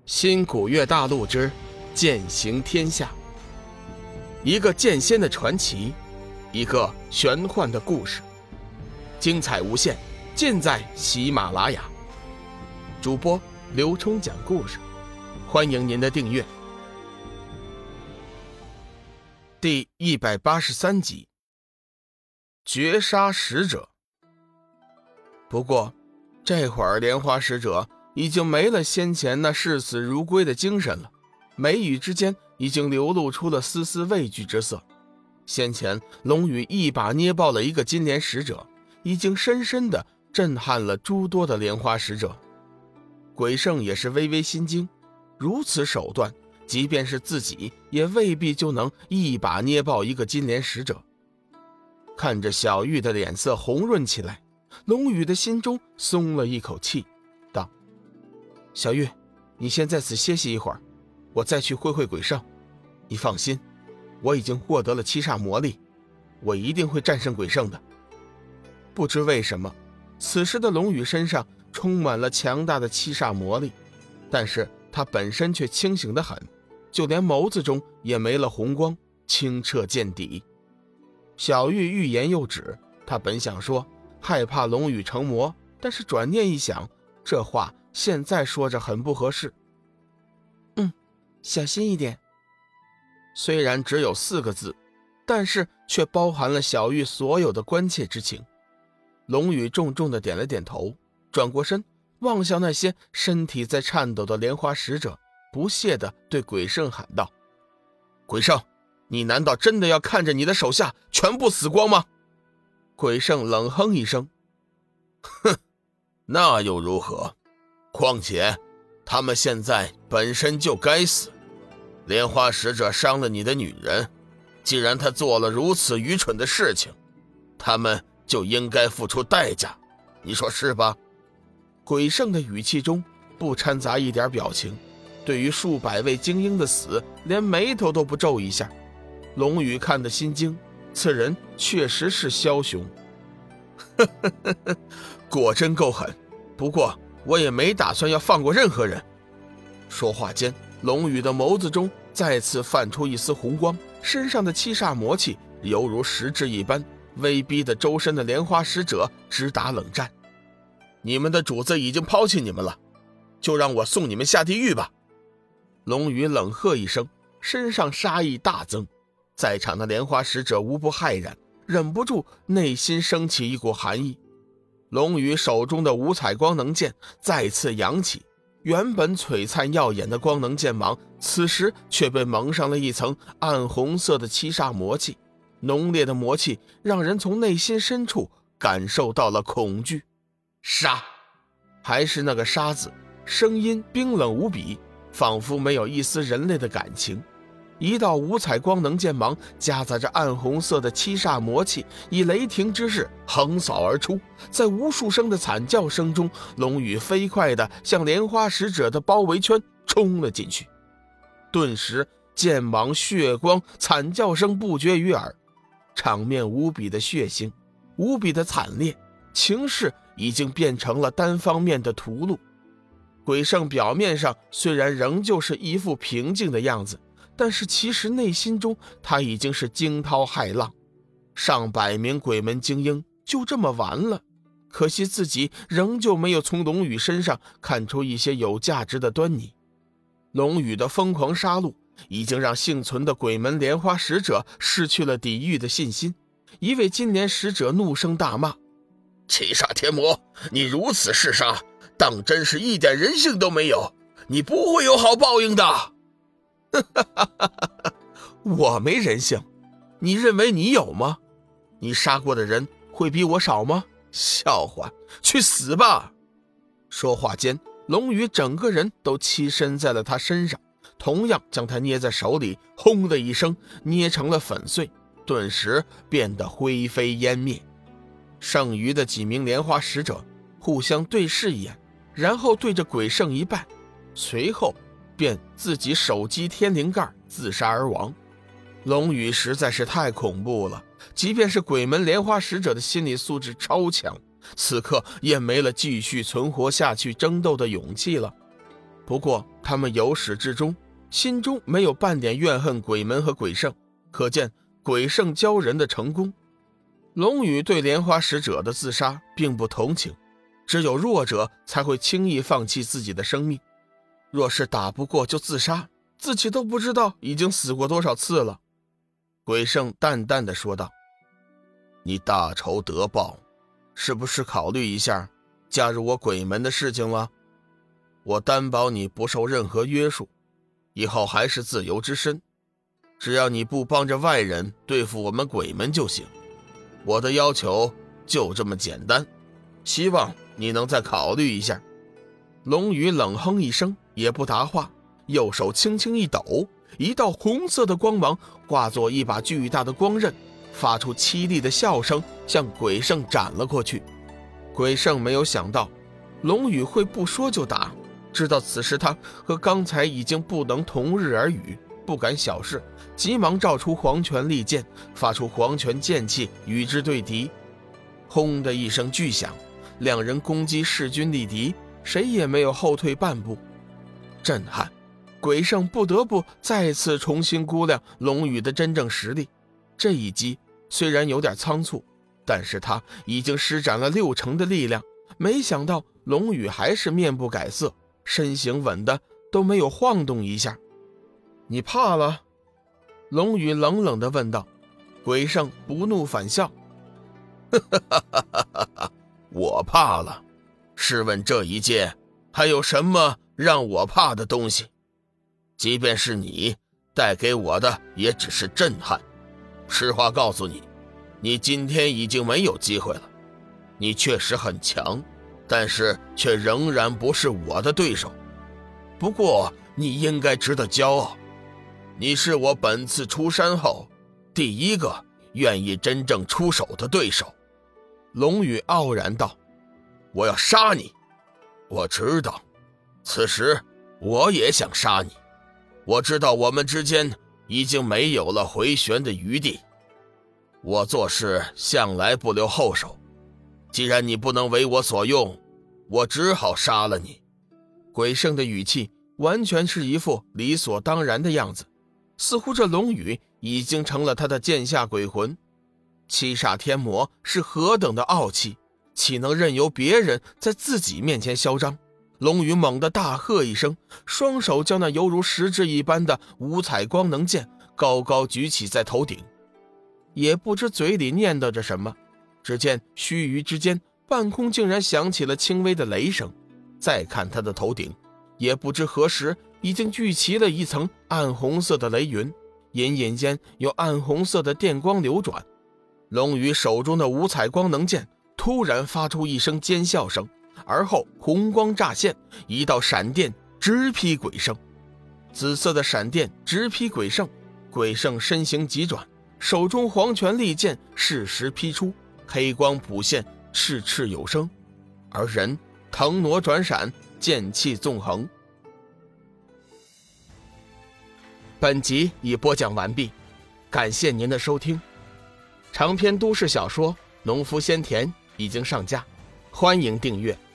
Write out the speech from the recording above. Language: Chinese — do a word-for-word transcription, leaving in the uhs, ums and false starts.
新古月大陆之剑行天下，一个剑仙的传奇，一个玄幻的故事，精彩无限，尽在喜马拉雅。主播刘冲讲故事，欢迎您的订阅。第一百八十三集，绝杀使者。不过这会儿莲花使者已经没了先前那视死如归的精神了，眉宇之间已经流露出了丝丝畏惧之色。先前龙宇一把捏爆了一个金莲使者，已经深深地震撼了诸多的莲花使者。鬼圣也是微微心惊，如此手段，即便是自己也未必就能一把捏爆一个金莲使者。看着小玉的脸色红润起来，龙宇的心中松了一口气，道：小玉，你先在此歇息一会儿，我再去会会鬼圣。你放心，我已经获得了七煞魔力，我一定会战胜鬼圣的。不知为什么，此时的龙宇身上充满了强大的七煞魔力，但是他本身却清醒得很，就连眸子中也没了红光，清澈见底。小玉欲言又止，他本想说害怕龙宇成魔，但是转念一想，这话现在说着很不合适。嗯，小心一点。虽然只有四个字，但是却包含了小玉所有的关切之情。龙宇重重地点了点头，转过身望向那些身体在颤抖的莲花使者，不屑地对鬼圣喊道：鬼圣，你难道真的要看着你的手下全部死光吗？鬼圣冷哼一声：哼，那又如何？况且他们现在本身就该死。莲花使者伤了你的女人，既然他做了如此愚蠢的事情，他们就应该付出代价，你说是吧？鬼圣的语气中不掺杂一点表情，对于数百位精英的死，连眉头都不皱一下。龙宇看得心惊，此人确实是枭雄。果真够狠，不过我也没打算要放过任何人。说话间，龙宇的眸子中再次泛出一丝红光，身上的七煞魔气犹如实质一般，威逼的周身的莲花使者直打冷战。你们的主子已经抛弃你们了，就让我送你们下地狱吧。龙宇冷喝一声，身上杀意大增，在场的莲花使者无不骇然，忍不住内心升起一股寒意。龙宇手中的五彩光能剑再次扬起，原本璀璨耀眼的光能剑芒，此时却被蒙上了一层暗红色的七煞魔气。浓烈的魔气让人从内心深处感受到了恐惧。杀！还是那个杀字，声音冰冷无比，仿佛没有一丝人类的感情。一道五彩光能剑芒夹杂着暗红色的七煞魔气，以雷霆之势横扫而出。在无数声的惨叫声中，龙宇飞快地向莲花使者的包围圈冲了进去。顿时剑芒、血光、惨叫声不绝于耳，场面无比的血腥，无比的惨烈，情势已经变成了单方面的屠戮。鬼圣表面上虽然仍旧是一副平静的样子，但是其实内心中他已经是惊涛骇浪。上百名鬼门精英就这么完了，可惜自己仍旧没有从龙宇身上看出一些有价值的端倪。龙宇的疯狂杀戮已经让幸存的鬼门莲花使者失去了抵御的信心。一位金莲使者怒声大骂：七煞天魔，你如此嗜杀，当真是一点人性都没有，你不会有好报应的。我没人性，你认为你有吗？你杀过的人会比我少吗？笑话，去死吧！说话间，龙宇整个人都栖身在了他身上，同样将他捏在手里，轰的一声捏成了粉碎，顿时变得灰飞烟灭。剩余的几名莲花使者互相对视一眼，然后对着鬼圣一拜，随后便自己手击天灵盖自杀而亡。龙宇实在是太恐怖了，即便是鬼门莲花使者的心理素质超强，此刻也没了继续存活下去争斗的勇气了。不过他们由始至终心中没有半点怨恨鬼门和鬼圣，可见鬼圣教人的成功。龙宇对莲花使者的自杀并不同情，只有弱者才会轻易放弃自己的生命，若是打不过就自杀，自己都不知道已经死过多少次了。鬼圣淡淡地说道：你大仇得报，是不是考虑一下加入我鬼门的事情了？我担保你不受任何约束，以后还是自由之身，只要你不帮着外人对付我们鬼门就行。我的要求就这么简单，希望你能再考虑一下。龙宇冷哼一声，也不答话，右手轻轻一抖，一道红色的光芒化作一把巨大的光刃，发出凄厉的笑声，向鬼圣斩了过去。鬼圣没有想到龙宇会不说就打，知道此时他和刚才已经不能同日而语，不敢小视，急忙召出黄泉利剑，发出黄泉剑气与之对敌。轰的一声巨响，两人攻击势均力敌，谁也没有后退半步。震撼，鬼圣不得不再次重新估量龙宇的真正实力。这一击虽然有点仓促，但是他已经施展了六成的力量，没想到龙宇还是面不改色，身形稳的都没有晃动一下。你怕了？龙宇冷冷地问道。鬼圣不怒反笑，我怕了？试问这一界还有什么让我怕的东西？即便是你带给我的也只是震撼。实话告诉你，你今天已经没有机会了。你确实很强，但是却仍然不是我的对手。不过你应该值得骄傲，你是我本次出山后第一个愿意真正出手的对手。龙宇傲然道：我要杀你。我知道，此时我也想杀你。我知道我们之间已经没有了回旋的余地。我做事向来不留后手，既然你不能为我所用，我只好杀了你。鬼圣的语气完全是一副理所当然的样子，似乎这龙宇已经成了他的剑下鬼魂。七煞天魔是何等的傲气，岂能任由别人在自己面前嚣张？龙宇猛地大喝一声，双手将那犹如实质一般的五彩光能剑高高举起在头顶，也不知嘴里念叨着什么。只见须臾之间，半空竟然响起了轻微的雷声。再看他的头顶，也不知何时已经聚齐了一层暗红色的雷云，隐隐间有暗红色的电光流转。龙宇手中的五彩光能剑突然发出一声尖笑声，而后红光乍现，一道闪电直劈鬼圣。紫色的闪电直劈鬼圣，鬼圣身形急转，手中黄泉利剑适时劈出，黑光普现，叱叱有声，而人腾挪转闪，剑气纵横。本集已播讲完毕，感谢您的收听。长篇都市小说《农夫先田》已经上架，欢迎订阅。